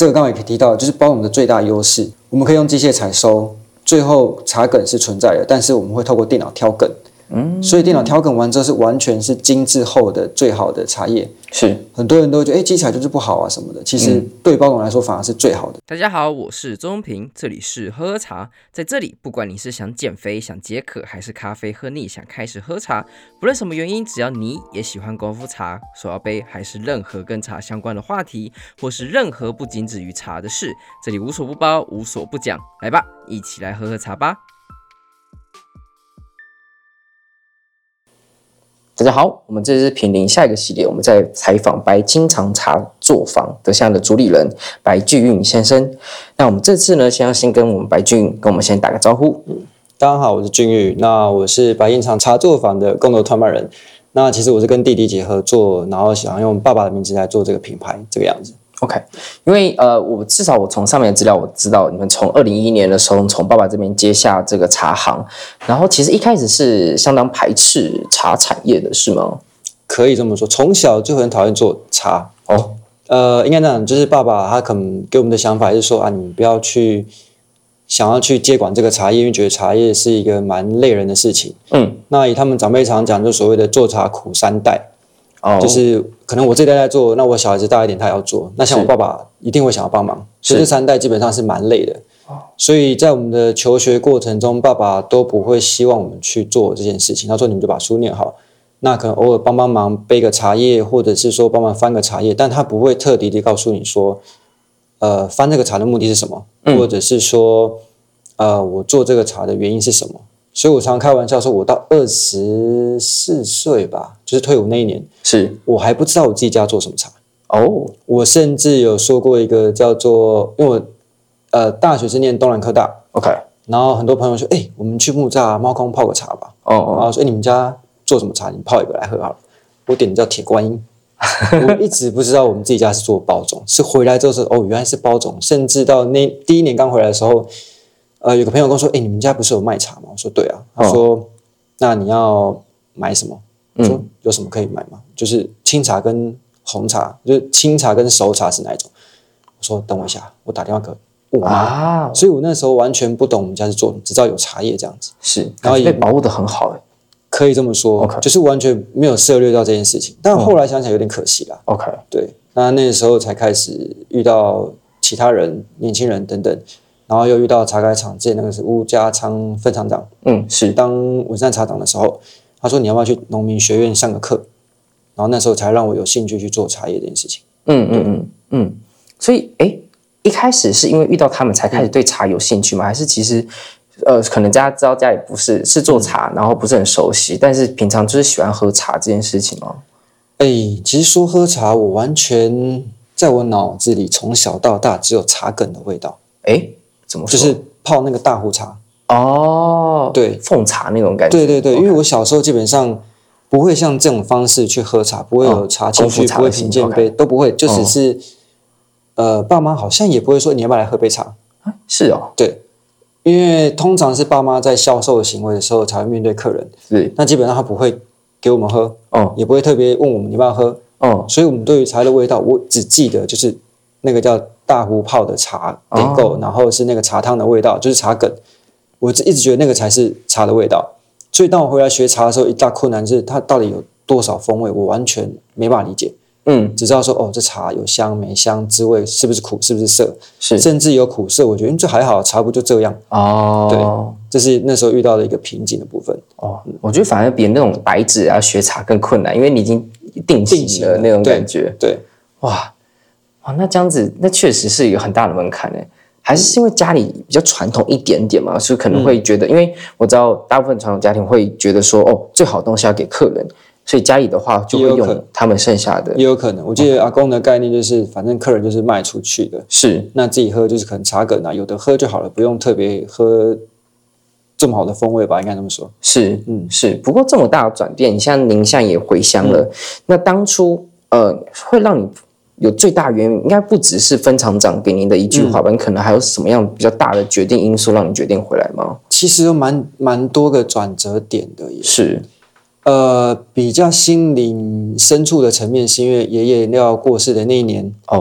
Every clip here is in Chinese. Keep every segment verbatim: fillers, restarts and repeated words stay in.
这个刚刚也可以提到，就是包容的最大优势，我们可以用机械采收，最后茶梗是存在的，但是我们会透过电脑挑梗。嗯，所以电脑挑梗完之后是完全是精致后的最好的茶叶。是，很多人都会觉得，哎，机采就是不好啊什么的。其实对包容来说反而是最好的。 大家好，我是周中平，这里是喝喝茶。在这里，不管你是想减肥、想解渴，还是咖啡喝腻想开始喝茶，不论什么原因，只要你也喜欢功夫茶、手摇杯，还是任何跟茶相关的话题，或是任何不仅止于茶的事，这里无所不包，无所不讲。来吧，一起来喝喝茶吧。 大家好，我们这是品茗下一个系列，我们在采访白金常茶作坊的现在的主理人白俊运先生。那我们这次呢，先要先跟我们白俊跟我们先打个招呼。 嗯，大家好，我是俊运，那我是白金常茶作坊的共同创办人。那其实我是跟弟弟一起合作，然后想用爸爸的名字来做这个品牌，这个样子。 OK， 因为呃，我至少我从上面的资料我知道，你们从二零一一年的时候从爸爸这边接下这个茶行，然后其实一开始是相当排斥茶产业的，是吗？ 可以这么说，从小就很讨厌做茶哦。呃，应该这样，就是爸爸他可能给我们的想法是说啊，你不要去想要去接管这个茶叶，因为觉得茶叶是一个蛮累人的事情。嗯，那以他们长辈常讲，就所谓的做茶苦三代。Oh. 就是可能我这代在做，那我小孩子大一点他要做，那像我爸爸一定会想要帮忙，所以这三代基本上是蛮累的。Oh. 所以在我们的求学过程中，爸爸都不会希望我们去做这件事情。他说你们就把书念好，那可能偶尔帮帮忙背个茶叶，或者是说帮忙翻个茶叶，但他不会特地的告诉你说，呃，翻这个茶的目的是什么，嗯、或者是说，呃，我做这个茶的原因是什么。所以我常开玩笑说，我到二十四岁吧，就是退伍那一年，是我还不知道我自己家做什么茶哦。我甚至有说过一个叫做，因为我呃大学是念东南科大 ，OK， 然后很多朋友说，哎、欸，我们去木栅猫空泡个茶吧，哦哦，然后说，哎、欸，你们家做什么茶？你泡一个来喝好了。我点的叫铁观音，我一直不知道我们自己家是做包种，是回来之后是哦，原来是包种，甚至到那第一年刚回来的时候。呃，有个朋友跟我说：“哎、欸，你们家不是有卖茶吗？”我说：“对啊。”他说：“哦、那你要买什么？”我说：“嗯、有什么可以买吗？就是清茶跟红茶，就是清茶跟熟茶是哪一种？”我说：“等我一下，我打电话给我妈。啊”所以我那时候完全不懂我们家是做什么，只知道有茶叶这样子。 是，然后也被保护得很好哎， 可以这么说， okay. 就是完全没有涉猎到这件事情。但后来想想有点可惜啦。OK， 对，那那时候才开始遇到其他人、年轻人等等。然后又遇到茶改厂，之前那个是吴家昌分厂长，嗯，是当文山茶长的时候，他说你要不要去农民学院上个课，然后那时候才让我有兴趣去做茶叶这件事情。嗯嗯嗯嗯，所以哎，一开始是因为遇到他们才开始对茶有兴趣吗？嗯、还是其实呃，可能大家知道家里不是是做茶，嗯、然后不是很熟悉，但是平常就是喜欢喝茶这件事情吗？ 哎，其实说喝茶，我完全在我脑子里从小到大只有茶梗的味道。 哎。怎么说？ 就是泡那个大壶茶哦，对，奉茶那种感觉。 对对对， okay. 因为我小时候基本上不会像这种方式去喝茶，不会有茶器具，不会品鉴杯， okay. 都不会，就只是、哦、呃，爸妈好像也不会说你要不要来喝杯茶。 是哦， 对，因为通常是爸妈在销售的行为的时候才会面对客人，是，那基本上他不会给我们喝，哦，也不会特别问我们你要不要喝，哦，所以我们对于茶的味道，我只记得就是那个叫大壶泡的茶得够、哦，然后是那个茶汤的味道，就是茶梗。我一直觉得那个才是茶的味道。所以当我回来学茶的时候，一大困难是它到底有多少风味，我完全没办法理解。嗯，只知道说哦，这茶有香没香，滋味是不是苦，是不是涩，是，甚至有苦涩。我觉得这还好，茶不就这样哦。对，这是那时候遇到的一个瓶颈的部分。 哦，我觉得反而比那种白纸啊学茶更困难，因为你已经定型了那种感觉。 对，对哇。哇，那这样子，那确实是一个很大的门槛诶。还是因为家里比较传统一点点嘛，所以可能会觉得、嗯，因为我知道大部分传统家庭会觉得说，哦，最好的东西要给客人，所以家里的话就会用他们剩下的。 也有可能，我记得阿公的概念就是，反正客人就是卖出去的，是，那自己喝就是可能茶梗啊，有的喝就好了，不用特别喝这么好的风味吧，应该这么说。 是，嗯，是。不过这么大的转变，像您现在也回乡了，嗯、那当初呃，会让你。有最大原因应该不只是分厂长给您的一句话吧、嗯，可能还有什么样比较大的决定因素让你决定回来吗？ 其实有蛮蛮多个转折点的，也是， 呃，比较心灵深处的层面，是因为爷爷要过世的那一年哦，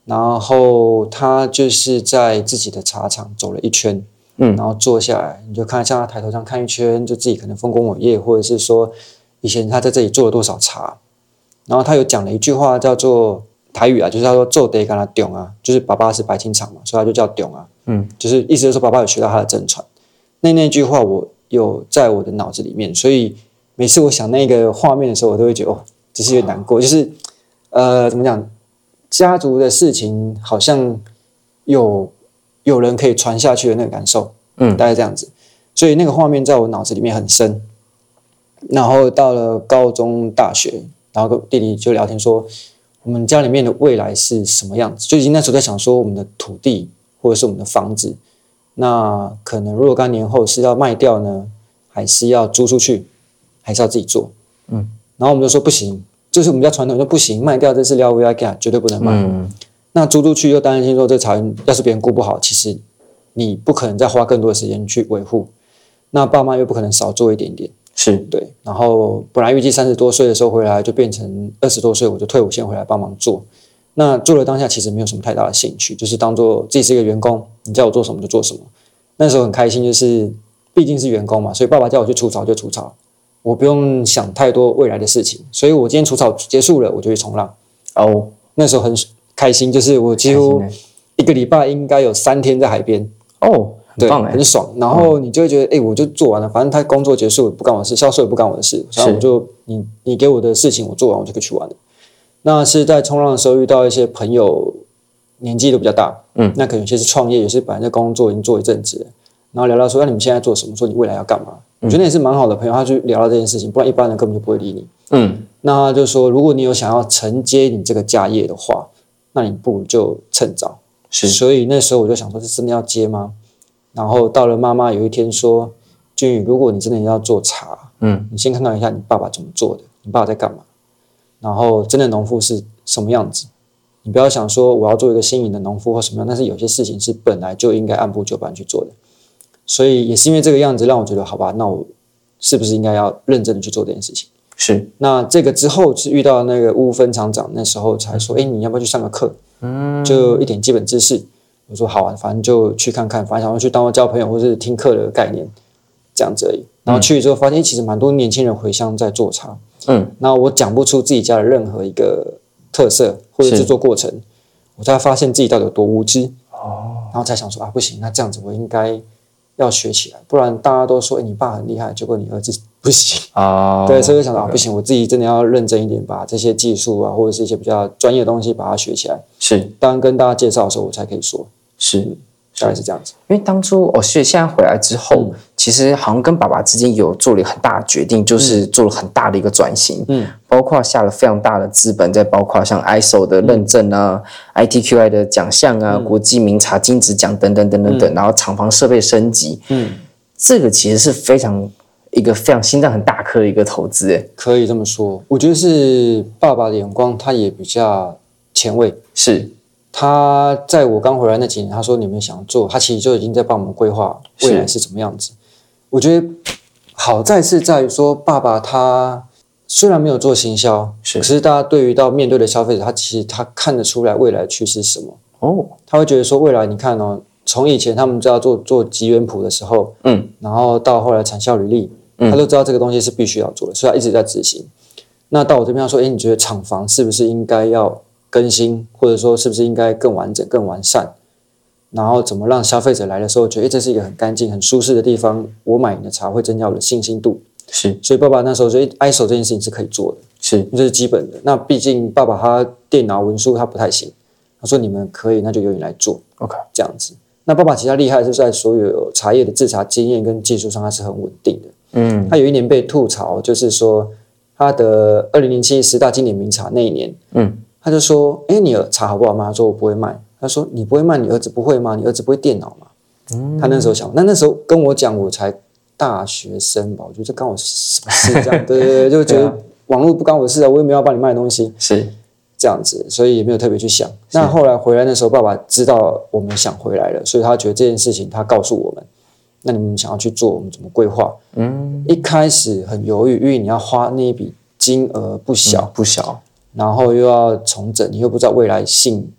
然后他就是在自己的茶厂走了一圈， 嗯， 然后坐下来，你就看像他抬头上看一圈，就自己可能丰功伟业，或者是说以前他在这里做了多少茶。然后他有讲了一句话叫做台语啊，就是他说做得跟他懂啊，就是爸爸是白青厂嘛，所以他就叫懂啊， 嗯， 就是意思就是说爸爸有学到他的真传。那那句话我有在我的脑子里面，所以每次我想那个画面的时候，我都会觉得哦，只是有点难过，就是呃怎么讲，家族的事情好像有有人可以传下去的那个感受， 嗯， 大概这样子。所以那个画面在我脑子里面很深。然后到了高中、大学，然后跟弟弟就聊天说，我们家里面的未来是什么样子？就已经那时候在想说，我们的土地或者是我们的房子。那可能若干年后是要卖掉呢，还是要租出去，还是要自己做？ 嗯， 然后我们就说不行，就是我们家传统说不行，卖掉这是料 V I G， 绝对不能卖。 嗯， 那租出去又担心说这茶园要是别人顾不好，其实你不可能再花更多的时间去维护，那爸妈又不可能少做一点点， 是对。然后本来预计三十多岁的时候回来，就变成二十多岁我就退伍先回来帮忙做。那做了当下其实没有什么太大的兴趣，就是当做自己是一个员工，你叫我做什么就做什么。那时候很开心，就是毕竟是员工嘛，所以爸爸叫我去除草就除草，我不用想太多未来的事情。所以我今天除草结束了，我就去冲浪。哦，那时候很开心，就是我几乎一个礼拜应该有三天在海边。 哦，很棒哎， 很爽。然后你就会觉得，哎、欸，我就做完了，反正他工作结束也不干我的事，销售也不干我的事，然后我就你你给我的事情我做完，我就可以去玩了。那是在冲浪的时候遇到一些朋友，年纪都比较大，嗯，那可能有些是创业，有些本来在工作已经做一阵子了，然后聊到说，那你们现在做什么？说你未来要干嘛？嗯、我觉得那也是蛮好的朋友，他去聊到这件事情，不然一般人根本就不会理你。嗯，那他就说，如果你有想要承接你这个家业的话，那你不如就趁早。是，所以那时候我就想说，是真的要接吗？然后到了妈妈有一天说，君宇，如果你真的要做茶，嗯，你先看看一下你爸爸怎么做的，你爸爸在干嘛？然后真的农夫是什么样子？你不要想说我要做一个新颖的农夫或什么样，但是有些事情是本来就应该按部就班去做的。所以也是因为这个样子，让我觉得好吧，那我是不是应该要认真的去做这件事情？是。那这个之后是遇到那个乌分厂长，那时候才说，哎，你要不要去上个课？嗯，就一点基本知识。我说好啊，反正就去看看，反正想要去当交朋友或是听课的概念，这样子而已。然后去之后发现，其实蛮多年轻人回乡在做茶。嗯，那我讲不出自己家的任何一个特色或者制作过程，我才发现自己到底有多无知。哦，然后才想说啊，不行，那这样子我应该要学起来，不然大家都说，哎，你爸很厉害，结果你儿子不行啊。对，所以就想到、啊、不行，我自己真的要认真一点，把这些技术啊，或者是一些比较专业的东西把它学起来。是，当跟大家介绍的时候，我才可以说。是，大概是这样子。 因为当初哦，所以现在回来之后、嗯，其实好像跟爸爸之间有做了很大的决定，就是做了很大的一个转型。嗯，包括下了非常大的资本，再包括像 I S O 的认证啊、嗯、I T Q I 的奖项啊、嗯、国际名茶金质奖等等等等等、嗯，然后厂房设备升级。嗯，这个其实是非常一个非常心脏很大颗的一个投资。哎， 可以这么说。我觉得是爸爸的眼光，他也比较前卫。是。他在我刚回来那几年，他说你们想做，他其实就已经在帮我们规划未来是什么样子。我觉得好在是在于说，爸爸他虽然没有做行销，是，可是大家对于到面对的消费者，他其实他看得出来未来趋势是什么。哦，他会觉得说未来你看哦，从以前他们就要做做吉原谱的时候，嗯，然后到后来产销履历，他都知道这个东西是必须要做的，所以他一直在执行。那到我这边要说，哎，你觉得厂房是不是应该要更新，或者说是不是应该更完整、更完善？然后怎么让消费者来的时候觉得，这是一个很干净、很舒适的地方，我买你的茶会增加我的信心度。是，所以爸爸那时候说 ，I S O 这件事情是可以做的，是，这是基本的。那毕竟爸爸他电脑文书他不太行，他说你们可以，那就由你来做。OK， 这样子。那爸爸其他厉害是在所有茶叶的制茶经验跟技术上，他是很稳定的。嗯，他有一年被吐槽，就是说他的二零零七十大经典名茶那一年，嗯。他就说：“哎，你茶好不好卖？”他说：“我不会卖。”他说：“你不会卖，你儿子不会吗？你儿子不会电脑吗？”嗯，他那时候想，那那时候跟我讲，我才大学生吧，我觉得这干我什么事？这样，对对对，就觉得网络不干我的事啊，我也没有要帮你卖东西，是这样子，所以也没有特别去想。那后来回来的时候，爸爸知道我们想回来了，所以他觉得这件事情，他告诉我们，那你们想要去做，我们怎么规划？嗯，一开始很犹豫，因为你要花那一笔金额不小，嗯、不小。然后又要重整，你又不知道未来性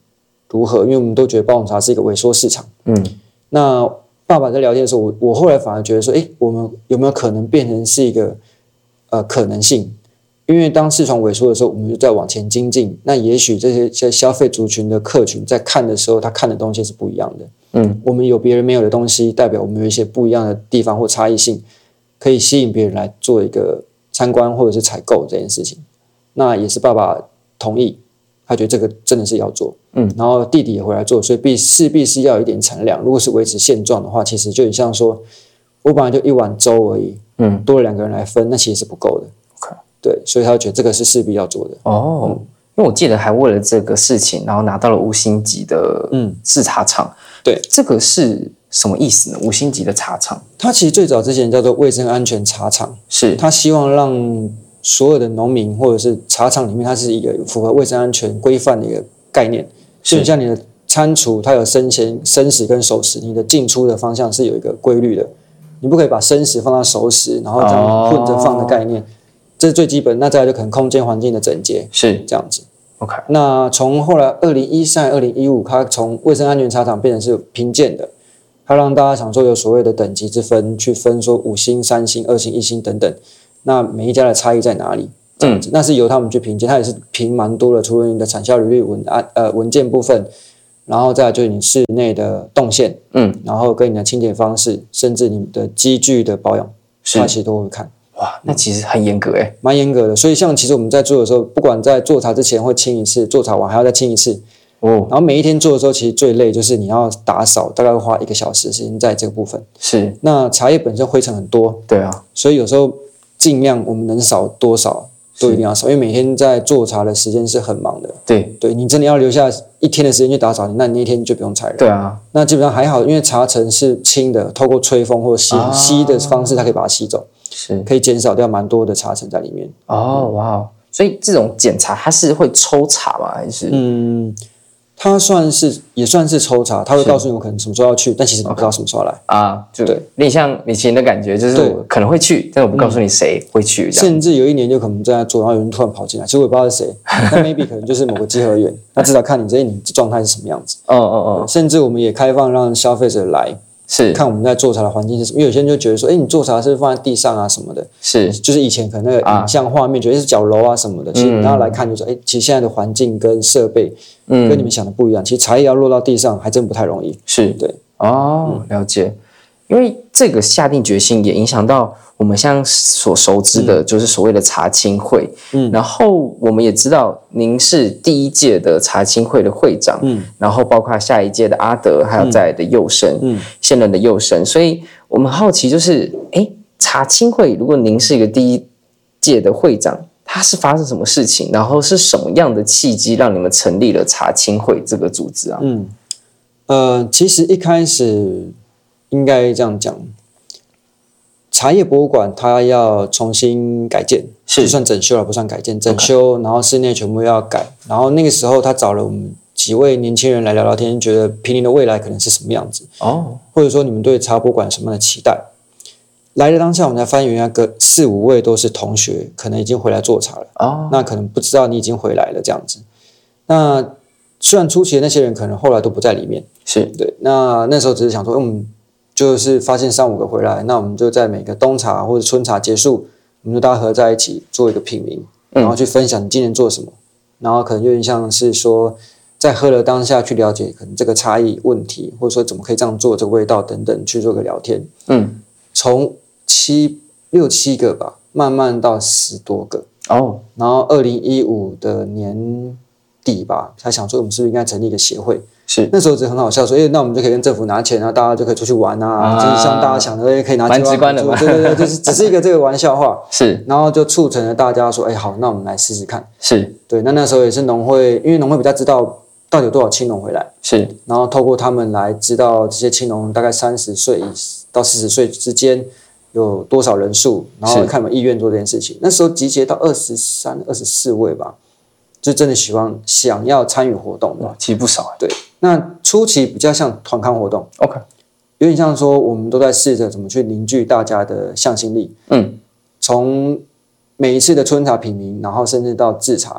如何，因为我们都觉得包种茶是一个萎缩市场。 嗯， 那爸爸在聊天的时候，我我后来反而觉得说，哎，我们有没有可能变成是一个呃可能性？因为当市场萎缩的时候，我们就在往前精进。那也许这些些消费族群的客群在看的时候，他看的东西是不一样的。 嗯， 我们有别人没有的东西，代表我们有一些不一样的地方或差异性，可以吸引别人来做一个参观或者是采购这件事情。那也是爸爸同意，他觉得这个真的是要做。嗯，然后弟弟也回来做，所以必势必是要有一点产量。如果是维持现状的话，其实就很像说，我本来就一碗粥而已，嗯，多了两个人来分，那其实是不够的。 OK， 对，所以他觉得这个是势必要做的。 哦，嗯、因为我记得还为了这个事情，然后拿到了五星级的嗯制茶厂。 对， 这个是什么意思呢？五星级的茶厂， 它其实最早之前叫做卫生安全茶厂， 是它希望让所有的农民或者是茶厂里面，它是一个符合卫生安全规范的一个概念。就像你的餐厨，它有生前生食跟熟食，你的进出的方向是有一个规律的，你不可以把生食放到熟食，然后这样混着放的概念，哦、这是最基本。那再来就可能空间环境的整洁， 是这样子。 OK， 那从后来二零一三、二零一五，它从卫生安全茶厂变成是评鉴的，它让大家想说有所谓的等级之分，去分说五星、三星、二星、一星等等。那每一家的差异在哪里？这样子，嗯、那是由他们去评鉴，它也是评蛮多的，除了你的产销履历文案呃文件部分，然后再来就是你室内的动线，嗯，然后跟你的清洁方式，甚至你的机具的保养，它其实都会看。 哇，那其实很严格诶， 蛮严格的。所以像其实我们在做的时候，不管在做茶之前会清一次，做茶完还要再清一次。哦，然后每一天做的时候，其实最累就是你要打扫，大概会花一个小时的时间在这个部分。 是， 那茶叶本身灰尘很多， 对啊， 所以有时候尽量我们能少多少都一定要少，因为每天在做茶的时间是很忙的。 对， 对你真的要留下一天的时间去打扫，那你那一天就不用采了。 对啊， 那基本上还好，因为茶尘是轻的，透过吹风或吸、啊、吸的方式，它可以把它吸走。是可以减少掉蛮多的茶尘在里面。 哦，哇哦！所以这种检查它是会抽查吗？还是？ 嗯，它算是也算是抽查，它会告诉你我可能什么时候要去，但其实你不知道什么时候来啊。就对，有点像米其林的感觉，就是我可能会去，但我不告诉你谁会去。 甚至有一年就可能正在做，然后有人突然跑进来，其实我也不知道是谁，但 maybe 可能就是某个稽核员，那至少看你这你状态是什么样子。哦哦哦。甚至我们也开放让消费者来。是看我们在做茶的环境是什么，因为有些人就觉得说，哎，你做茶是放在地上啊什么的，是就是以前可能那个影像画面觉得是角楼啊什么的，其实大家来看就说，哎，其实现在的环境跟设备，嗯，跟你们想的不一样，其实茶叶要落到地上还真不太容易。是对哦，了解，因为这个下定决心也影响到我们现在所熟知的，就是所谓的茶青会。嗯，然后我们也知道您是第一届的茶青会的会长，嗯，然后包括下一届的阿德，还有再来的佑生，嗯，现任的佑生，所以我们好奇就是，哎，茶青会如果您是一个第一届的会长，它是发生什么事情？然后是什么样的契机让你们成立了茶青会这个组织啊？ 嗯，呃，其实一开始应该这样讲。茶叶博物馆它要重新改建，是算整修了，不算改建，整修， okay. 然后室内全部要改。然后那个时候他找了我们几位年轻人来聊聊天，觉得坪林的未来可能是什么样子哦，或者说你们对茶博物馆有什么样的期待？来的当下，我们才发现原来个四五位都是同学，可能已经回来做茶了哦，那可能不知道你已经回来了这样子。那虽然初期的那些人可能后来都不在里面，是对。那那时候只是想说，嗯。就是发现三五个回来，那我们就在每个冬茶或者春茶结束，我们就大家合在一起做一个品茗，然后去分享你今年做什么，然后可能有点像是说，在喝了当下去了解可能这个差异问题，或者说怎么可以这样做，这个味道等等去做个聊天。嗯，从七六七个吧，慢慢到十多个哦，然后二零一五的年底吧，才想说我们是不是应该成立一个协会。是那时候只很好笑，说，哎，那我们就可以跟政府拿钱啊，大家就可以出去玩啊，啊就是像大家想的，哎，可以拿钱。 蛮直观的嘛， 对对对，就是只是一个这个玩笑话。 是， 然后就促成了大家说，哎，好，那我们来试试看。 是对，那那时候也是农会，因为农会比较知道到底有多少青农回来，是，然后透过他们来知道这些青农大概三十岁到四十岁之间有多少人数，然后看有没有意愿做这件事情。那时候集结到二十三、二十四位吧。就真的喜欢想要参与活动的， 其实不少。 对，那初期比较像团康活动 ，OK， 有点像说我们都在试着怎么去凝聚大家的向心力。嗯，从每一次的春茶品茗，然后甚至到制茶，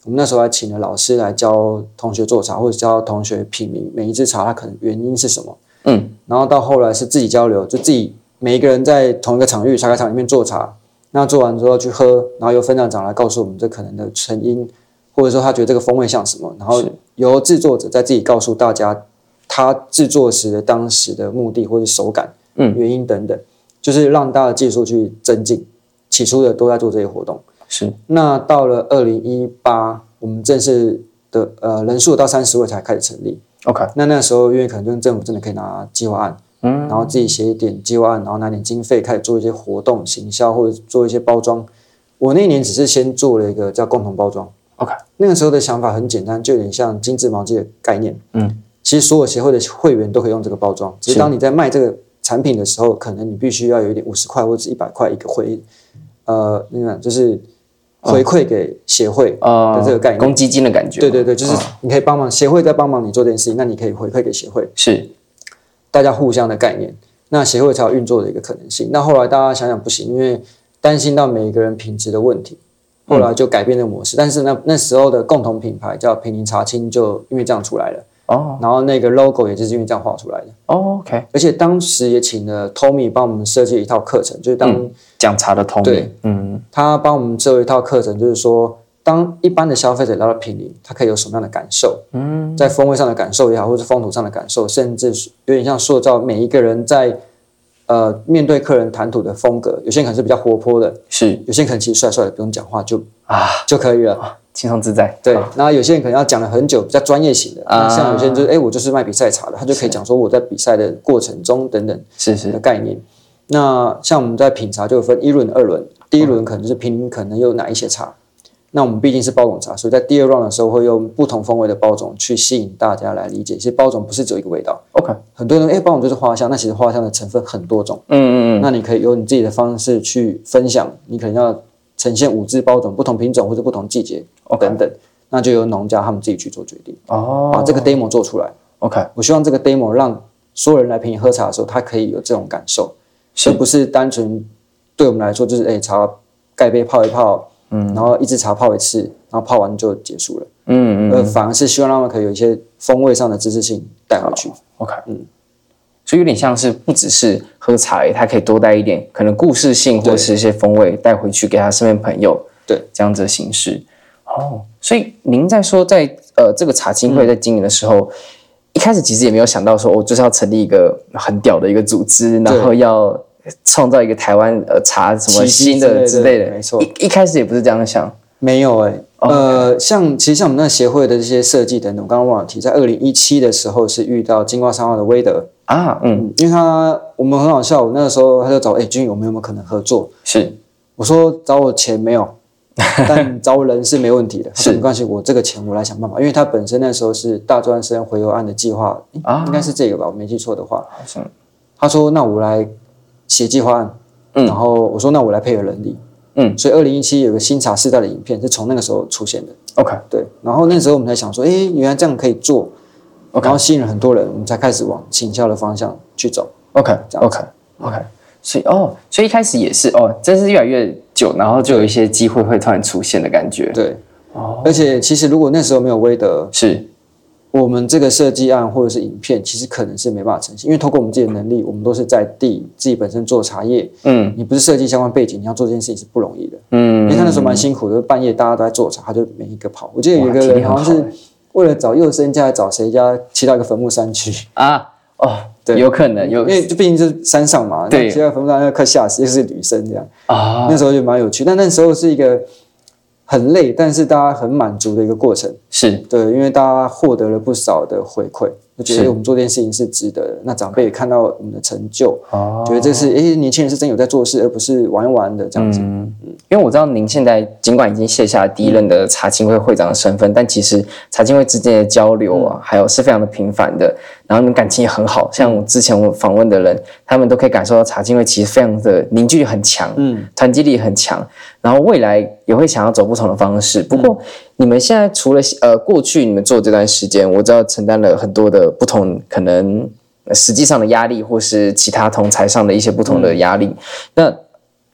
我们那时候还请了老师来教同学做茶，或者教同学品茗每一支茶它可能原因是什么。 嗯， 然后到后来是自己交流，就自己每一个人在同一个场域茶开场里面做茶，那做完之后去喝，然后由分厂长来告诉我们这可能的成因，或者说他觉得这个风味像什么，然后由制作者再自己告诉大家他制作时的当时的目的或者手感、嗯、原因等等，就是让大家的技术去增进。起初的都在做这些活动， 是。 那到了二零一八，我们正式的呃人数到三十位才开始成立。 OK， 那那时候因为可能跟政府真的可以拿计划案，嗯，然后自己写一点计划案，然后拿点经费开始做一些活动行销或者做一些包装。我那一年只是先做了一个叫共同包装 ，OK， 那个时候的想法很简单，就有点像精致毛巾的概念， 嗯， 其实所有协会的会员都可以用这个包装，只是当你在卖这个产品的时候，可能你必须要有一点五十块或者一百块一个回，呃，那个就是回馈给协会的这个概念， 公、呃、积金的感觉。 对对对，就是你可以帮忙、嗯、协会在帮忙你做这件事情，那你可以回馈给协会， 是大家互相的概念，那协会才有运作的一个可能性。那后来大家想想不行，因为担心到每一个人品质的问题，后来就改变这个模式。嗯、但是那那时候的共同品牌叫品茗茶青，就因为这样出来了。哦，然后那个 logo 也就是因为这样画出来的。 哦 ，OK。 而且当时也请了 Tommy 帮我们设计一套课程，就是当讲、嗯、茶的 Tommy， 对，嗯，他帮我们设一套课程，就是说，当一般的消费者来到品茗，他可以有什么样的感受？嗯，在风味上的感受也好，或是风土上的感受，甚至有点像塑造每一个人在呃面对客人谈吐的风格。有些人可能是比较活泼的， 是； 有些人可能其实帅帅的，不用讲话就啊就可以了。啊轻松自在， 对。然后有些人可能要讲了很久，比较专业型的，啊、像有些人就是，哎，我就是卖比赛茶的，他就可以讲说我在比赛的过程中等等是是的概念。那像我们在品茶就有分一轮、二轮，第一轮可能就是品可能有哪一些茶。那我们毕竟是包种茶，所以在第二 round 的时候会用不同风味的包种去吸引大家来理解。其实包种不是只有一个味道 ，OK。 很多人哎，包种就是花香，那其实花香的成分很多种，嗯嗯嗯。那你可以用你自己的方式去分享，你可能要呈现五支包种，不同品种或者不同季节、okay. 等等。那就由农家他们自己去做决定，哦，把这个 demo 做出来。 OK， 我希望这个 demo 让所有人来品茗喝茶的时候，他可以有这种感受，而不是单纯对我们来说就是哎茶盖杯泡一泡，嗯，然后一支茶泡一次，然后泡完就结束了，嗯嗯，而反而是希望他们可以有一些风味上的知识性带回去。 OK， 嗯，所以有点像是不只是喝茶，它可以多带一点可能故事性或者是一些风味带回去给他身边朋友， 对， 这样子的形式。哦，所以您在说在呃这个茶青会在经营的时候、嗯，一开始其实也没有想到说，我、哦、就是要成立一个很屌的一个组织，然后要创造一个台湾呃茶什么新的之类的， 没错。 一一开始也不是这样想， 没有哎、欸，oh, 呃，像其实像我们那协会的这些设计等等，我刚刚忘了提，在二零一七的时候是遇到金瓜三号的威德啊，嗯，因为他我们很好笑，我那个时候他就找哎君，我们有没有可能合作？ 是， 我说找我钱没有。但招人是没问题的，是没关系，我这个钱我来想办法，因为他本身那时候是大专生回游案的计划、啊，应该是这个吧，我没记错的话，好像他说那我来写计划案、嗯，然后我说那我来配合人力，嗯，所以二零一七有个新茶世代的影片是从那个时候出现的 ，OK， 对， 然后那时候我们才想说，哎，原来这样可以做， okay. 然后吸引了很多人，我们才开始往行销的方向去走 ，OK，OK，OK，、okay, okay, okay. 所以哦，所以一开始也是哦，真是越来越久，然后就有一些机会会突然出现的感觉。 对，哦，而且其实如果那时候没有威德， 是我们这个设计案或者是影片，其实可能是没办法呈现，因为透过我们自己的能力，我们都是在地自己本身做茶叶，嗯，你不是设计相关背景，你要做这件事情是不容易的，嗯，因为他那时候蛮辛苦的，半夜大家都在做茶，他就每一个跑。我记得有一个人好像是为了找幼生家，找谁家骑到一个坟墓山去啊。哦，对，有可能有， 因为毕竟是山上嘛，对，骑到坟墓上要快吓死，又是女生这样啊， 那时候就蛮有趣，但那时候是一个很累，但是大家很满足的一个过程， 是对，因为大家获得了不少的回馈，就觉得我们做这件事情是值得的。那长辈也看到我们的成就，哦、觉得这是哎年轻人是真有在做事，而不是玩玩的这样子。嗯嗯，因为我知道您现在尽管已经卸下第一任的茶青会会长的身份，嗯、但其实茶青会之间的交流啊，嗯、还有是非常的频繁的。然后你们感情也很好，像我之前我访问的人，他们都可以感受到茶青会其实非常的凝聚力很强，嗯，团结力很强，然后未来也会想要走不同的方式。不过、嗯、你们现在除了呃过去你们做这段时间，我知道承担了很多的不同可能实际上的压力，或是其他同才上的一些不同的压力。嗯、那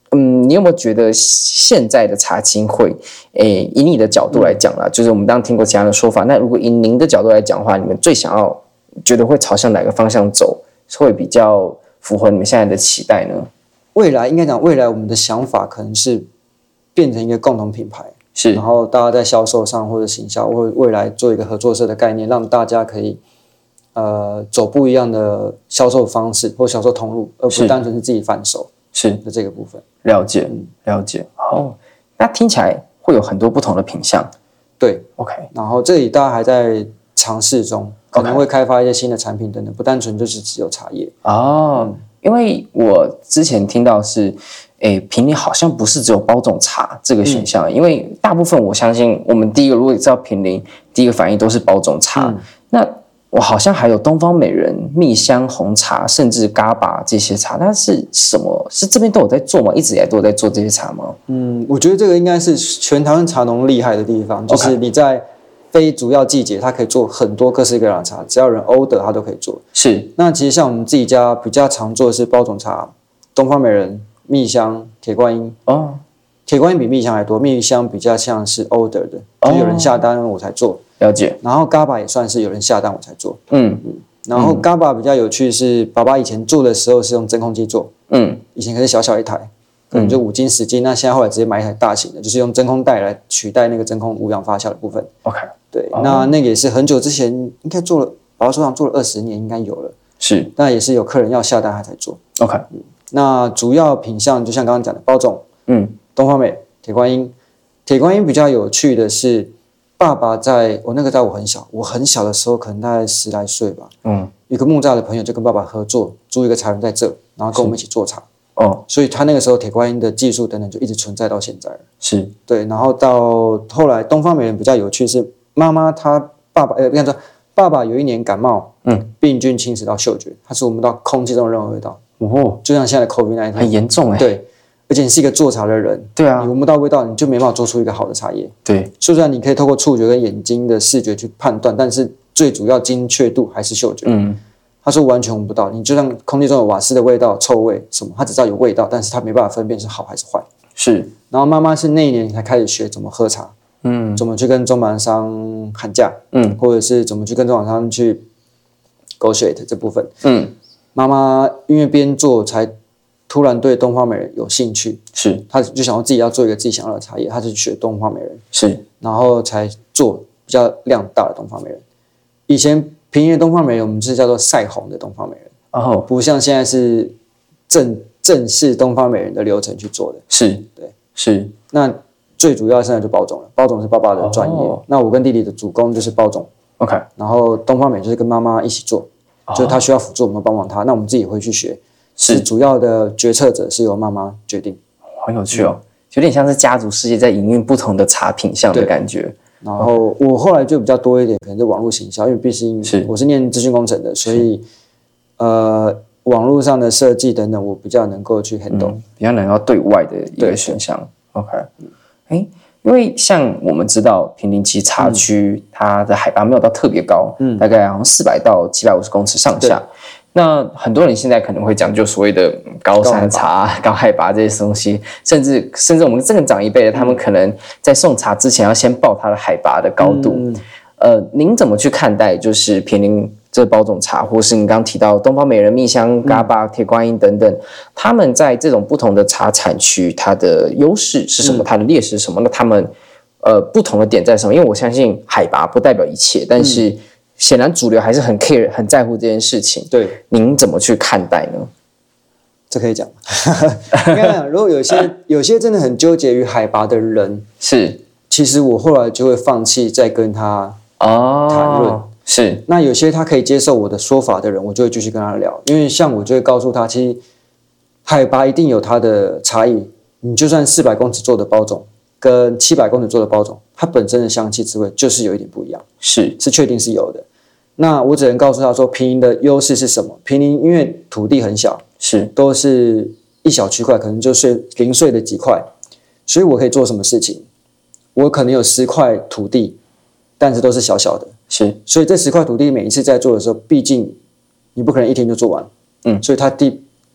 嗯，你有没有觉得现在的茶青会，诶，以你的角度来讲啦，就是我们刚刚听过其他的说法，那如果以您的角度来讲的话，你们最想要觉得会朝向哪个方向走，会比较符合你们现在的期待呢？ 未来应该讲，未来我们的想法可能是变成一个共同品牌， 是， 然后大家在销售上或者行销，或未来做一个合作社的概念，让大家可以呃走不一样的销售方式或销售通路，而不单纯是自己贩售。 是的这个部分， 了解了解。哦，那听起来会有很多不同的品项。 对 ，OK。 然后这里大家还在尝试中，可能会开发一些新的产品等等，不单纯就是只有茶叶。 哦，嗯、因为我之前听到是，诶，坪林好像不是只有包种茶这个选项、嗯，因为大部分我相信我们第一个如果知道坪林，第一个反应都是包种茶。嗯、那我好像还有东方美人、蜜香红茶，甚至嘎巴这些茶，那是什么？是这边都有在做吗？一直以来都有在做这些茶吗？ 嗯，我觉得这个应该是全台湾茶农厉害的地方，就是你在非主要季节，它可以做很多各式各样的茶，只要有人 order，它都可以做。 是。 那其实像我们自己家比较常做的是包种茶、东方美人、蜜香、铁观音。哦。铁观音比蜜香还多，蜜香比较像是 order 的，就是有人下单我才做。 了解。 然后嘎巴也算是有人下单我才做。嗯嗯。然后嘎巴比较有趣是，爸爸以前做的时候是用真空机做。嗯。以前可是小小一台，可能就五斤十斤，那现在后来直接买一台大型的，就是用真空袋来取代那个真空无氧发酵的部分。 OK。 对，那那个也是很久之前，应该做了，爸爸手上做了二十年，应该有了。 是。 那也是有客人要下单他才做。 OK。 嗯。那主要品项就像刚刚讲的包种，嗯，东方美。铁观音，铁观音比较有趣的是，爸爸在我那个在我很小，我很小的时候，可能大概十来岁吧。嗯，一个木栅的朋友就跟爸爸合作，租一个茶园在这，然后跟我们一起做茶。哦，所以他那个时候铁观音的技术等等就一直存在到现在了。 是对，然后到后来东方美人比较有趣是，妈妈她爸爸呃，应该说爸爸有一年感冒，嗯，病菌侵蚀到嗅觉，他说闻不到空气中的任何味道。哦，就像现在的 COVID 十九很严重哎。 对。而且你是一个做茶的人， 对啊， 你闻不到味道，你就没办法做出一个好的茶叶。 对， 虽然你可以透过触觉跟眼睛的视觉去判断，但是最主要精确度还是嗅觉。嗯，他说完全闻不到，你就像空气中有瓦斯的味道、臭味什么，他只知道有味道，但是他没办法分辨是好还是坏。 是， 然后妈妈是那一年才开始学怎么喝茶，嗯，怎么去跟中盘商喊价，嗯，或者是怎么去跟中盘商去 negotiate 这部分。嗯，妈妈因为边做才。突然对东方美人有兴趣， 是， 他就想要自己要做一个自己想要的茶叶，他就学东方美人， 是， 然后才做比较量大的东方美人。以前平野东方美人我们是叫做晒红的东方美人，哦，不像现在是正正式东方美人的流程去做的， 是， 对， 是。 那最主要现在就包种了，包种是爸爸的专业，哦、那我跟弟弟的主攻就是包种 ，OK， 然后东方美就是跟妈妈一起做，哦、就是他需要辅助我们帮忙他，那我们自己也会去学。是主要的决策者是由妈妈决定， 很有趣哦，嗯、有点像是家族事业在营运不同的茶品项的感觉。 然后我后来就比较多一点，可能是网络行销，因为毕竟我是念资讯工程的，所以呃网络上的设计等等，我比较能够去 handle，、嗯、 比较能够对外的一个选项。OK， 哎，因为像我们知道坪林其茶区、嗯、它的海拔没有到特别高，嗯，大概好像四百到七百五十公尺上下。那很多人现在可能会讲究所谓的高山茶、高海拔这些东西，甚至甚至我们更长一辈的，他们可能在送茶之前要先报它的海拔的高度。嗯、呃，您怎么去看待就是坪林这包种茶，或是你刚刚提到东方美人、蜜香、嘎巴、铁观音等等，他们在这种不同的茶产区，它的优势是什么？它的劣势是什么？那他们呃不同的点在什么？因为我相信海拔不代表一切，但是、嗯显然主流还是很 care 很在乎这件事情， 对， 您怎么去看待呢？ 这可以讲，应该讲，如果有些有些真的很纠结于海拔的人， 是， 其实我后来就会放弃再跟他谈论、哦， 是。 那有些他可以接受我的说法的人，我就会继续跟他聊，因为像我就会告诉他，其实海拔一定有它的差异，你就算四百公尺做的包种。跟七百公尺做的包种，它本身的香气滋味就是有一点不一样， 是是确定是有的。那我只能告诉他说，坪林的优势是什么？坪林因为土地很小， 是都是一小区块，可能就碎零碎的几块，所以我可以做什么事情？我可能有十块土地，但是都是小小的， 是， 所以这十块土地每一次在做的时候，毕竟你不可能一天就做完，嗯，所以它第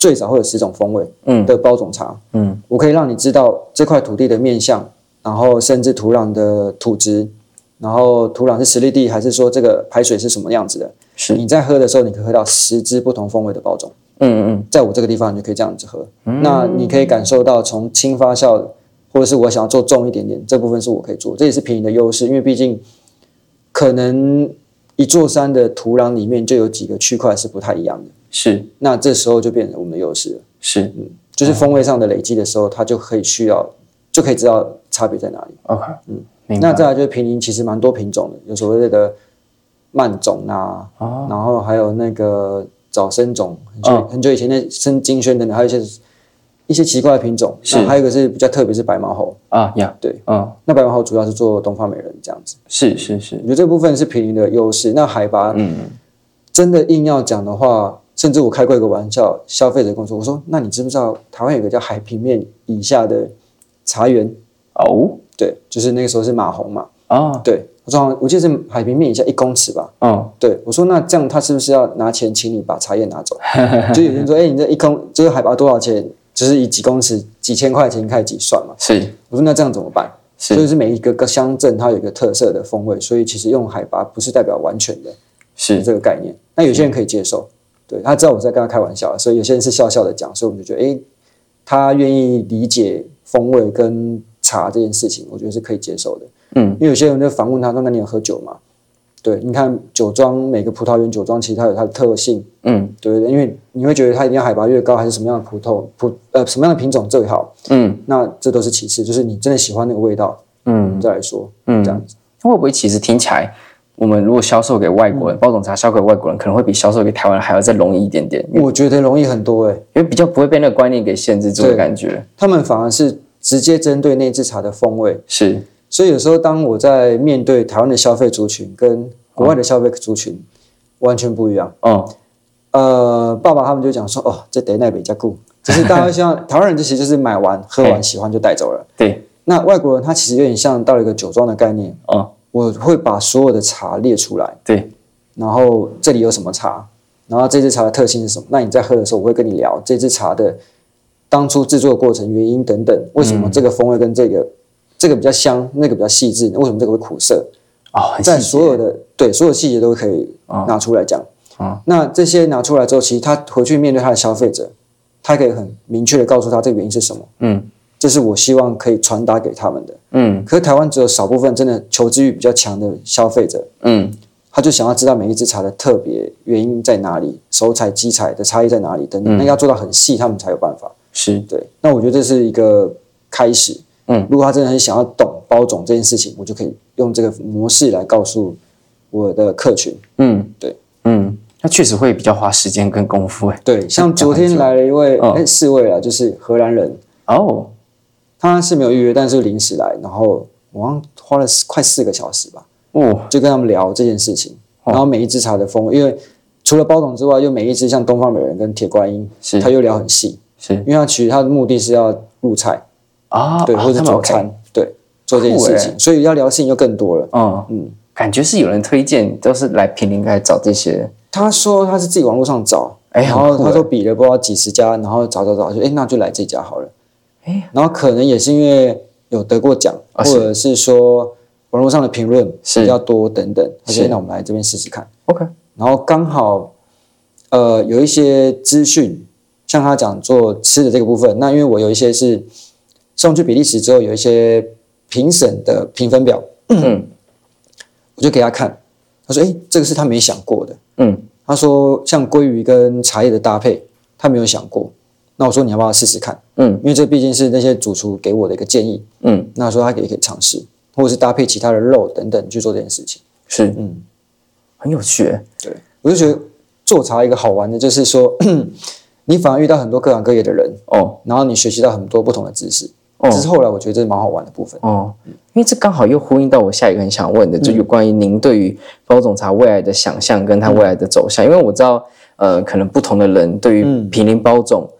最少会有十种风味的包种茶。 嗯， 我可以让你知道这块土地的面向，然后甚至土壤的土质，然后土壤是实力地还是说这个排水是什么样子的。 是你在喝的时候，你可以喝到十支不同风味的包种。 嗯嗯， 在我这个地方，你就可以这样子喝。嗯、那你可以感受到从轻发酵，或者是我想要做重一点点，这部分是我可以做，这也是平营的优势，因为毕竟可能一座山的土壤里面就有几个区块是不太一样的。 是， 那这时候就变成我们的优势了。 是， 嗯，就是风味上的累积的时候，它就可以需要，就可以知道差别在哪里。 OK， 嗯，那再来就是平营，其实蛮多品种的，有所谓的慢种啊，哦、然后还有那个早生种，很久、哦、很久以前的生金萱等等，还有一些一些奇怪的品种。那还有一个是比较特别，是白毛猴啊呀， 对，嗯，那白毛猴主要是做东方美人这样子。 是是是， 我觉得这部分是平营的优势。那海拔，嗯，真的硬要讲的话。甚至我开过一个玩笑，消费者跟我说：“我说，那你知不知道台湾有个叫海平面以下的茶园？ 哦， 对，就是那个时候是马红嘛。 哦， 对，我说我记得是海平面以下一公尺吧。哦，对，我说那这样他是不是要拿钱请你把茶叶拿走？就有人说，哎、欸，你这一公就是海拔多少钱？就是以几公尺、几千块钱开始计算嘛。 是， 我说那这样怎么办？ 是， 所以是每一个个乡镇它有一个特色的风味，所以其实用海拔不是代表完全的， 是这个概念。那有些人可以接受。对，他知道我在跟他开玩笑，所以有些人是笑笑的讲，所以我们就觉得，哎，他愿意理解风味跟茶这件事情，我觉得是可以接受的。嗯，因为有些人就反问他说：“那你有喝酒吗？”对，你看酒庄每个葡萄园酒庄其实它有它的特性，嗯，对对，因为你会觉得它一定要海拔越高，还是什么样的葡萄葡呃什么样的品种最好？嗯，那这都是其次，就是你真的喜欢那个味道，嗯，再来说，嗯，这样子会不会其实听起来？我们如果销售给外国人，嗯、包种茶销售给外国人，可能会比销售给台湾人还要再容易一点点。 我觉得容易很多哎、欸， 因为比较不会被那个观念给限制住的感觉。 他们反而是直接针对那支茶的风味。 是， 所以有时候当我在面对台湾的消费族群跟国外的消费族群、嗯、完全不一样。哦，呃，爸爸他们就讲说，哦，这得奈比较贵，就是大家希望台湾人其实就是买完喝完喜欢就带走了。 对， 那外国人他其实有点像到了一个酒庄的概念。哦。我会把所有的茶列出来， 对， 然后这里有什么茶，然后这支茶的特性是什么？那你在喝的时候，我会跟你聊这支茶的当初制作过程、原因等等，为什么这个风味跟这个、嗯、这个比较香，那个比较细致，为什么这个会苦涩？ 哦， 在所有的对所有细节都可以拿出来讲。哦，那这些拿出来之后，其实他回去面对他的消费者，他可以很明确的告诉他这个原因是什么。嗯。这是我希望可以传达给他们的，嗯。可是台湾只有少部分真的求知欲比较强的消费者，嗯，他就想要知道每一支茶的特别原因在哪里，手采、机采的差异在哪里等等，嗯、那要做到很细，他们才有办法。 是对。那我觉得这是一个开始，嗯。如果他真的很想要懂包种这件事情，我就可以用这个模式来告诉我的客群，嗯，对， 嗯。那确实会比较花时间跟功夫，哎， 对。像昨天来了一位，哎、哦，四位啊，就是荷兰人， 哦。 他是没有预约，但是临时来，然后我好像花了快四个小时吧，哦，就跟他们聊这件事情，哦、然后每一支茶的风味，因为除了包种之外，又每一支像东方美人跟铁观音，他又聊很细， 是因为他其实他的目的是要入菜啊， 对，或者佐餐，对，做这件事情，所以要聊的事情就更多了， 嗯嗯，感觉是有人推荐，都是来平林来找这些。 他说他是自己网络上找，哎，然后他说比了不知道几十家，然后找找找，就哎那就来这家好了。然后可能也是因为有得过奖，啊、或者是说网络上的评论比较多等等，而且那我们来这边试试看。 OK， 然后刚好呃有一些资讯，像他讲做吃的这个部分，那因为我有一些是送去比利时之后有一些评审的评分表，嗯，我就给他看，他说：“哎，这个是他没想过的。”嗯，他说像鲑鱼跟茶叶的搭配，他没有想过。那我说你要不要试试看？嗯，因为这毕竟是那些主厨给我的一个建议。嗯，那说他也可以尝试，或者是搭配其他的肉等等去做这件事情。 是，嗯，很有趣。 对，我就觉得做茶一个好玩的，就是说你反而遇到很多各行各业的人哦，然后你学习到很多不同的知识。哦，这是后来我觉得这是蛮好玩的部分。 哦，因为这刚好又呼应到我下一个很想问的，就有关于您对于包种茶未来的想象跟它未来的走向。因为我知道，呃，可能不同的人对于平林包种。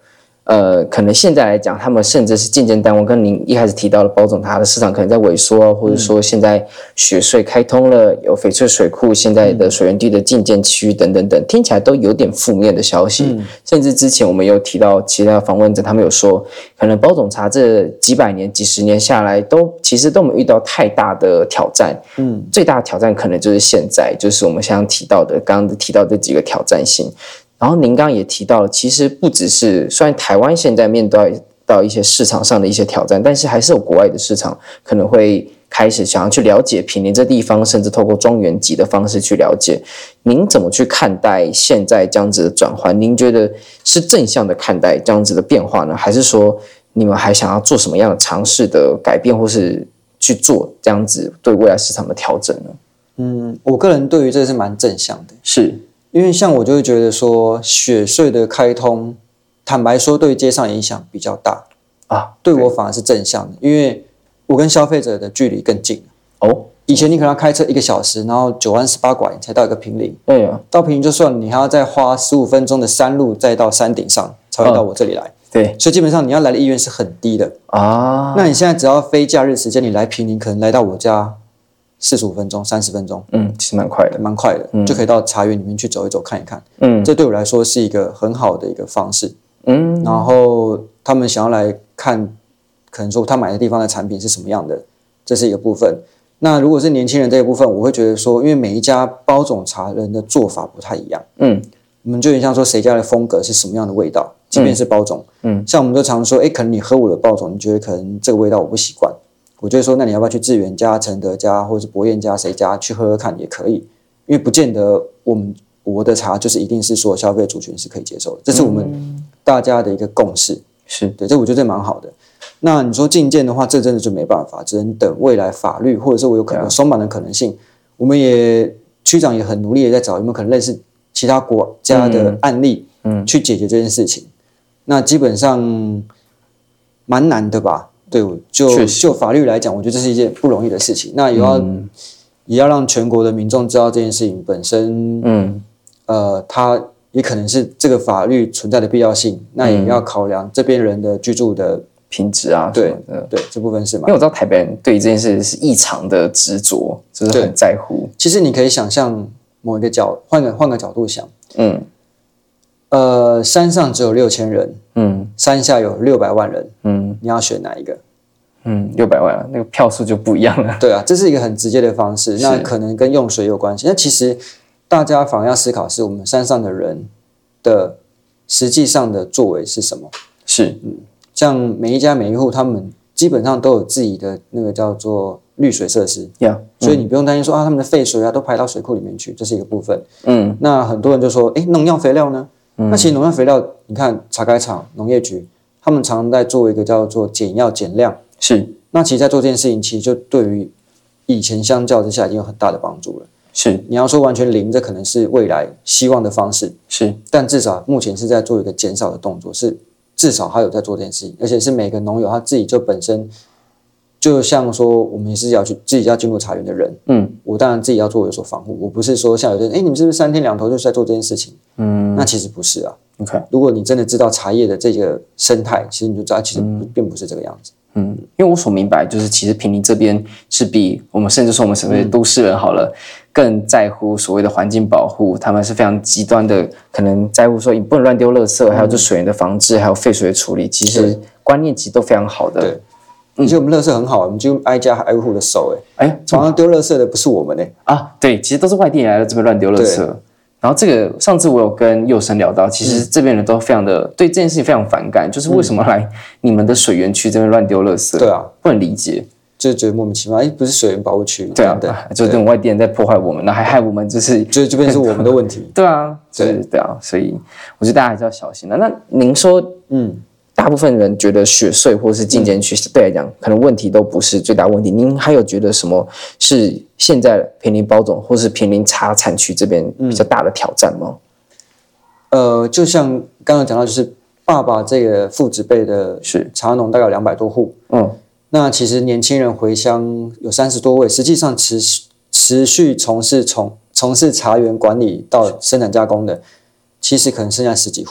呃，可能现在来讲，他们甚至是进监单位，跟您一开始提到的包种茶的市场可能在萎缩，或者说现在雪隧开通了，有翡翠水库，现在的水源地的进监区等等等，听起来都有点负面的消息。嗯、甚至之前我们有提到其他访问者，他们有说，可能包种茶这几百年、几十年下来，都其实都没有遇到太大的挑战。嗯，最大的挑战可能就是现在，就是我们现在提到的，刚刚提到这几个挑战性。然后您刚刚也提到了，其实不只是虽然台湾现在面对到一些市场上的一些挑战，但是还是有国外的市场可能会开始想要去了解坪林这地方，甚至透过庄园级的方式去了解。您怎么去看待现在这样子的转换？您觉得是正向的看待这样子的变化呢，还是说你们还想要做什么样的尝试的改变，或是去做这样子对未来市场的调整呢？ 嗯，我个人对于这是蛮正向的， 是。 因为像我就会觉得说，雪隧的开通，坦白说对街上影响比较大啊，对我反而是正向的，因为我跟消费者的距离更近哦。以前你可能要开车一个小时，然后九弯十八拐才到一个坪林，对啊，到坪林就算你还要再花十五分钟的山路，再到山顶上才会到我这里来。嗯、对，所以基本上你要来的意愿是很低的啊。那你现在只要非假日时间，你来坪林可能来到我家。四十五分钟、三十分钟， 嗯，其实蛮快的， 蛮快的，嗯、就可以到茶园里面去走一走、看一看。嗯，这对我来说是一个很好的一个方式。嗯，然后他们想要来看，可能说他买的地方的产品是什么样的，这是一个部分。那如果是年轻人这一部分，我会觉得说，因为每一家包种茶人的做法不太一样。嗯，我们就有点像说谁家的风格是什么样的味道，即便是包种，嗯，像我们都常说，哎，可能你喝我的包种，你觉得可能这个味道我不习惯。我就会说，那你要不要去智源家、承德家，或者是博彦家谁家去喝喝看也可以，因为不见得我们我的茶就是一定是所有消费族群是可以接受的，这是我们大家的一个共识。是对，这我觉得蛮好的。那你说禁建的话，这真的就没办法，只能等未来法律或者是我有可能松绑的可能性。我们也区长也很努力的在找有没有可能类似其他国家的案例，嗯，去解决这件事情。那基本上蛮难的吧？对，就就法律来讲，我觉得这是一件不容易的事情。那也要、嗯、也要让全国的民众知道这件事情本身，嗯，呃，它也可能是这个法律存在的必要性。那也要考量这边人的居住的品质啊， 对对，这部分是嘛？ 因为我知道台北人对于这件事是异常的执着，就是很在乎。 其实你可以想象某一个角，换个换个角度想，嗯。呃，山上只有六千人，嗯，山下有六百万人，嗯，你要选哪一个？ 嗯，六百万，那个票数就不一样了。 对啊，这是一个很直接的方式，那可能跟用水有关系。那其实大家反而要思考，是我们山上的人的实际上的作为是什么？是，嗯，像每一家每一户，他们基本上都有自己的那个叫做滤水设施， yeah, 所以你不用担心说啊，他们的废水啊都排到水库里面去，这是一个部分。嗯，那很多人就说，哎，农药肥料呢？嗯、那其实农药肥料，你看茶改厂、农业局，他们常常在做一个叫做减药减量。是，那其实在做这件事情，其实就对于以前相较之下已经有很大的帮助了。是，你要说完全零，这可能是未来希望的方式。是，但至少目前是在做一个减少的动作，是至少他有在做这件事情，而且是每个农友他自己就本身。就像说，我们也是要去自己要进入茶园的人，嗯，我当然自己要做有所防护。我不是说像有些人，哎，你们是不是三天两头就是在做这件事情？嗯，那其实不是啊。OK， 如果你真的知道茶叶的这个生态，其实你就知道，其实并不是这个样子。 嗯，因为我所明白就是，其实坪林这边是比我们甚至说我们所谓的都市人好了，嗯、更在乎所谓的环境保护。他们是非常极端的，可能在乎说你不能乱丢垃圾，还有就水源的防治，还有废水的处理，其实观念其实都非常好的。 对。而且我们垃圾很好，我们就挨家挨户的收，哎，哎，常常丢垃圾的不是我们哎啊，对，其实都是外地人来到这边乱丢垃圾。然后这个上次我有跟佑生聊到，其实这边人都非常的、嗯、对这件事情非常反感，就是为什么来你们的水源区这边乱丢垃圾？对啊，不能理解， 就觉得莫名其妙，哎，不是水源保护区， 对啊，对，就这种外地人在破坏我们，那还害我们，就是就这边是我们的问题。 对啊，对对啊，所以我觉得大家还是要小心的。那您说，嗯。大部分人觉得雪隧或是禁监区对来讲，可能问题都不是最大问题。您还有觉得什么是现在坪林包种或是坪林茶产区这边比较大的挑战吗？ 嗯、呃，就像刚刚讲到，就是爸爸这个父子辈的茶农大概有两百多户，嗯，那其实年轻人回乡有三十多位，实际上持持续从事从从事茶园管理到生产加工的，其实可能剩下十几户。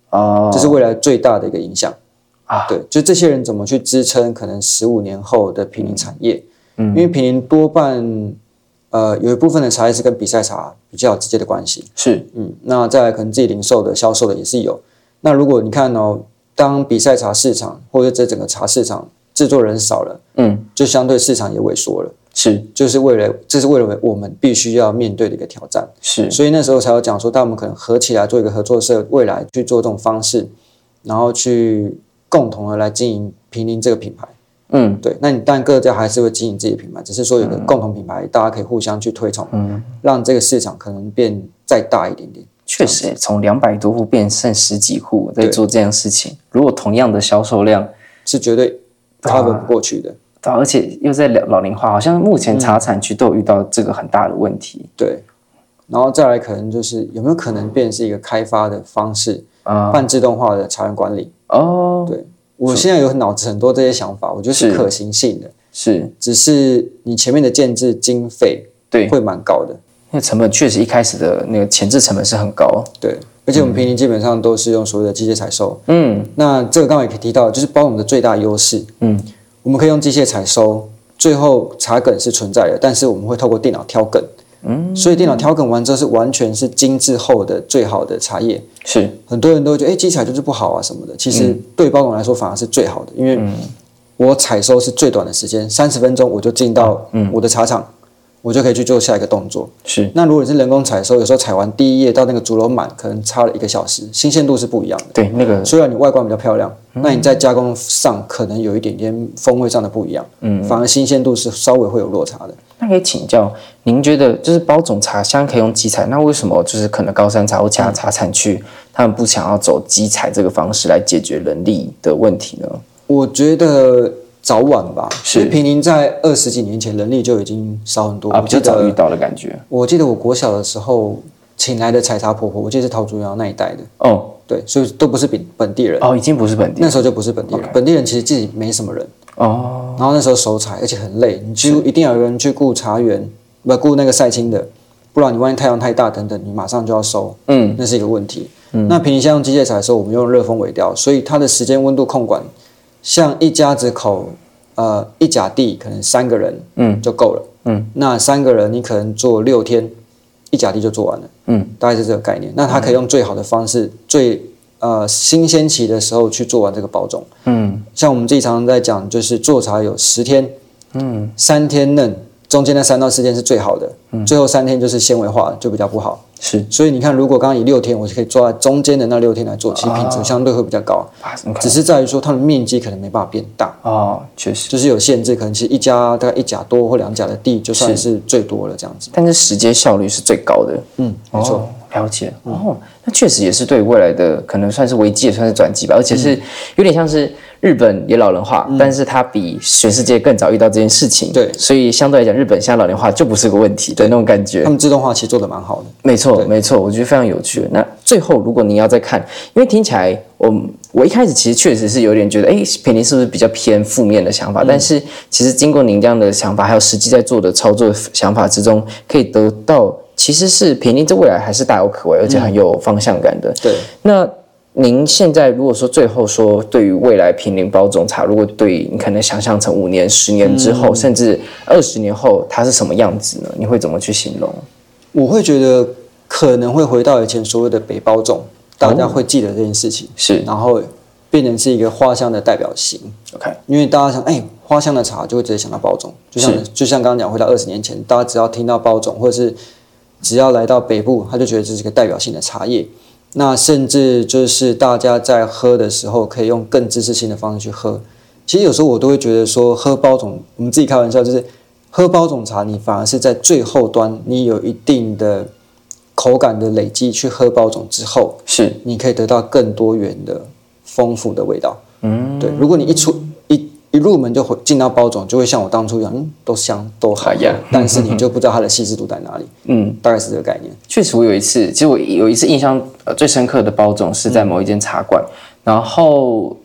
哦， 这是未来最大的一个影响啊。 对，就这些人怎么去支撑可能十五年后的坪林产业？ 嗯， 因为坪林多半呃有一部分的茶叶是跟比赛茶比较有直接的关系。 是， 嗯，那再来可能自己零售的、销售的也是有。那如果你看哦，当比赛茶市场或者这整个茶市场制作人少了， 嗯， 就相对市场也萎缩了。 是， 就是为了，这是为了我们必须要面对的一个挑战。 是， 所以那时候才有讲说，当我们可能合起来做一个合作社，未来去做这种方式，然后去共同的来经营坪林这个品牌。 嗯， 对。那你当然各家还是会经营自己的品牌，只是说有个共同品牌，大家可以互相去推崇，嗯，让这个市场可能变再大一点点。 确实，从两百多户变剩十几户在做这样的事情，如果同样的销售量， 是绝对 cover 不过去的。 对，而且又在老龄化，好像目前茶产区都有遇到这个很大的问题。 嗯、对，然后再来可能就是有没有可能变成是一个开发的方式，啊、半自动化的茶园管理。 哦， 对，我现在有脑子很多这些想法，我觉得是可行性的， 是， 只是你前面的建制经费对会蛮高的， 因为成本确实一开始的那个前置成本是很高。 对，而且我们坪林基本上都是用所谓的机械采收。 嗯， 那这个刚刚也可以提到，就是包容的最大优势。嗯。我们可以用机械采收，最后茶梗是存在的，但是我们会透过电脑挑梗，嗯，所以电脑挑梗完之后是完全是精致后的最好的茶叶。是，很多人都会觉得，哎，机采就是不好啊什么的。其实对包容来说反而是最好的，因为我采收是最短的时间，三十分钟我就进到我的茶厂，我就可以去做下一个动作。是，那如果你是人工采收，有时候采完第一页到那个竹篓满，可能差了一个小时，新鲜度是不一样的。 对，那个虽然你外观比较漂亮，嗯、那你在加工上可能有一点点风味上的不一样，嗯，反而新鲜度是稍微会有落差的。 那可以请教，您觉得就是包种茶香可以用机采，那为什么就是可能高山茶或其他茶产区，嗯、他们不想要走机采这个方式来解决人力的问题呢？ 我觉得。早晚吧，是坪林在二十几年前人力就已经少很多啊，比较早遇到的感觉。 我记得我国小的时候请来的采茶婆婆，我记得是桃竹苗那一带的。哦，对，所以都不是本本地人。 哦，已经不是本地人， 那时候就不是本地人。Okay. 本地人其实自己没什么人。 哦， 然后那时候手采，而且很累，你几乎一定要有人去顾茶园，不顾那个晒青的，不然你万一太阳太大等等，你马上就要收。嗯，那是一个问题。嗯，那坪林现在用机械采的时候，我们用热风萎凋，所以它的时间温度控管。像一家子口，呃，一甲地可能三个人，嗯，就够了，嗯，那三个人你可能做六天，一甲地就做完了，嗯，大概是这个概念。那他可以用最好的方式，嗯、最呃新鲜期的时候去做完这个包种，嗯，像我们自己常常在讲，就是做茶有十天，嗯，三天嫩，中间那三到四天是最好的，嗯，最后三天就是纤维化就比较不好。是，所以你看，如果刚刚以六天，我就可以抓在中间的那六天来做，其实品质相对会比较高，啊、只是在于说它的面积可能没办法变大哦，确实就是有限制，可能其实一家大概一甲多或两甲的地就算是最多了这样子， 但是时间效率是最高的， 嗯，没错。 哦了解哦，那确实也是对未来的可能算是危机，也算是转机吧。而且是有点像是日本也老龄化，嗯、但是它比全世界更早遇到这件事情。对，所以相对来讲，日本现在老龄化就不是个问题的那种感觉。 他们自动化其实做得蛮好的。 没错，没错，我觉得非常有趣。那最后，如果你要再看，因为听起来我我一开始其实确实是有点觉得，哎，坪林是不是比较偏负面的想法？嗯、但是其实经过您这样的想法，还有实际在做的操作想法之中，可以得到。其实是坪林这未来还是大有可为，而且很有方向感的。嗯、对，那您现在如果说最后说对于未来坪林包种茶，如果对你可能想象成五年、十年之后，嗯、甚至二十年后，它是什么样子呢？你会怎么去形容？ 我会觉得可能会回到以前所谓的北包种，大家会记得这件事情，是、哦，然后变成是一个花香的代表型。OK， 因为大家想，哎、欸，花香的茶就会直接想到包种，就像就像刚刚讲，回到二十年前，大家只要听到包种，或者是只要来到北部，他就觉得这是一个代表性的茶叶。那甚至就是大家在喝的时候，可以用更知识性的方式去喝。其实有时候我都会觉得说，喝包种，我们自己开玩笑，就是喝包种茶，你反而是在最后端，你有一定的口感的累积，去喝包种之后，是你可以得到更多元的丰富的味道。嗯，对。如果你一出一一入门就进到包种，就会像我当初一样，嗯，都香都好喝，但是你就不知道它的细致度在哪里。嗯，大概是这个概念。 确实，我有一次，其实我有一次印象呃最深刻的包种是在某一间茶馆，嗯、然后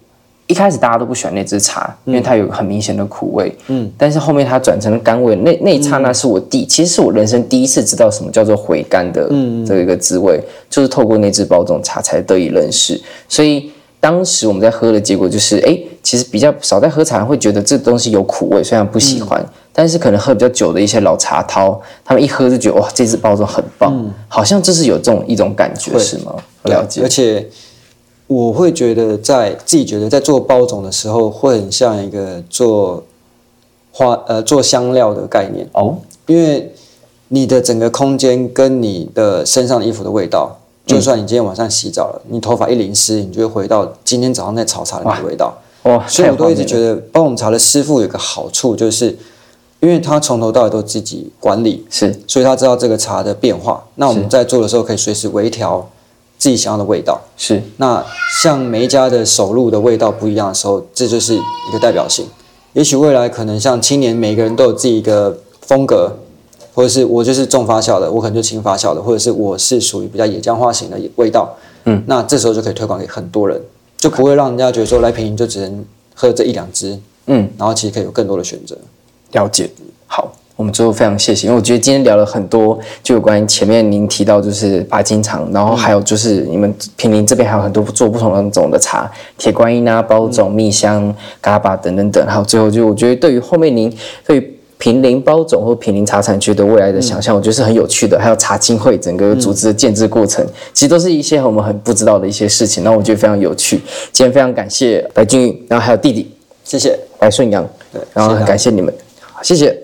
一开始大家都不喜欢那支茶，因为它有很明显的苦味。 嗯， 但是后面它转成了甘味，那那一刹那是我第，其实是我人生第一次知道什么叫做回甘的这一个滋味，就是透过那支包种茶才得以认识。所以当时我们在喝的结果就是，哎，其实比较少在喝茶会觉得这东西有苦味，虽然不喜欢，嗯、但是可能喝比较久的一些老茶饕，他们一喝就觉得哇，这支包种很棒，嗯、好像就是有这种一种感觉，是吗？了解， 而且。我会觉得在自己觉得在做包种的时候，会很像一个做花呃做香料的概念哦，因为你的整个空间跟你的身上的衣服的味道，就算你今天晚上洗澡了，你头发一淋湿，你就会回到今天早上在炒茶的那个味道。哇，所以我都一直觉得包种茶的师傅有个好处，就是因为他从头到尾都自己管理， 是， 所以他知道这个茶的变化。那我们在做的时候，可以随时微调。自己想要的味道是， 那像每一家的手路的味道不一样的时候，这就是一个代表性。也许未来可能像青年，每个人都有自己一个风格，或者是我就是重发酵的，我可能就轻发酵的，或者是我是属于比较野姜花型的味道。嗯，那这时候就可以推广给很多人，就不会让人家觉得说来品饮就只能喝这一两支。嗯，然后其实可以有更多的选择。 了解，好。我们最后非常谢谢，因为我觉得今天聊了很多，就有关于前面您提到就是白金厂，然后还有就是你们坪林这边还有很多做不同的种的茶，铁观音啊、包种、蜜香、嘎巴等等等，还有最后就我觉得对于后面您对于坪林包种或坪林茶产区的未来的想象，我觉得是很有趣的，还有茶经会整个组织的建制过程，其实都是一些我们很不知道的一些事情，然后我觉得非常有趣。今天非常感谢白俊玉，然后还有弟弟， 谢谢白顺阳，对，然后很感谢你们，谢谢。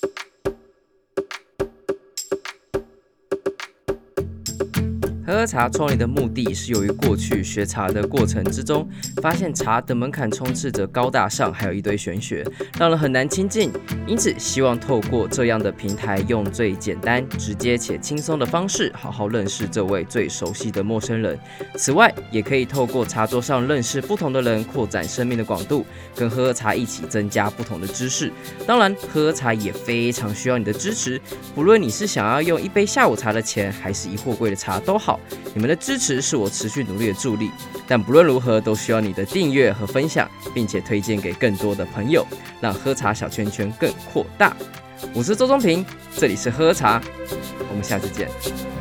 喝喝茶创立的目的是由于过去学茶的过程之中，发现茶的门槛充斥着高大上，还有一堆玄学，让人很难亲近。因此，希望透过这样的平台，用最简单、直接且轻松的方式，好好认识这位最熟悉的陌生人。此外，也可以透过茶桌上认识不同的人，扩展生命的广度，跟喝喝茶一起增加不同的知识。当然，喝喝茶也非常需要你的支持，不论你是想要用一杯下午茶的钱，还是一货柜的茶都好。你们的支持是我持续努力的助力，但不论如何都需要你的订阅和分享，并且推荐给更多的朋友，让喝茶小圈圈更扩大。我是周中平，这里是喝茶，我们下次见。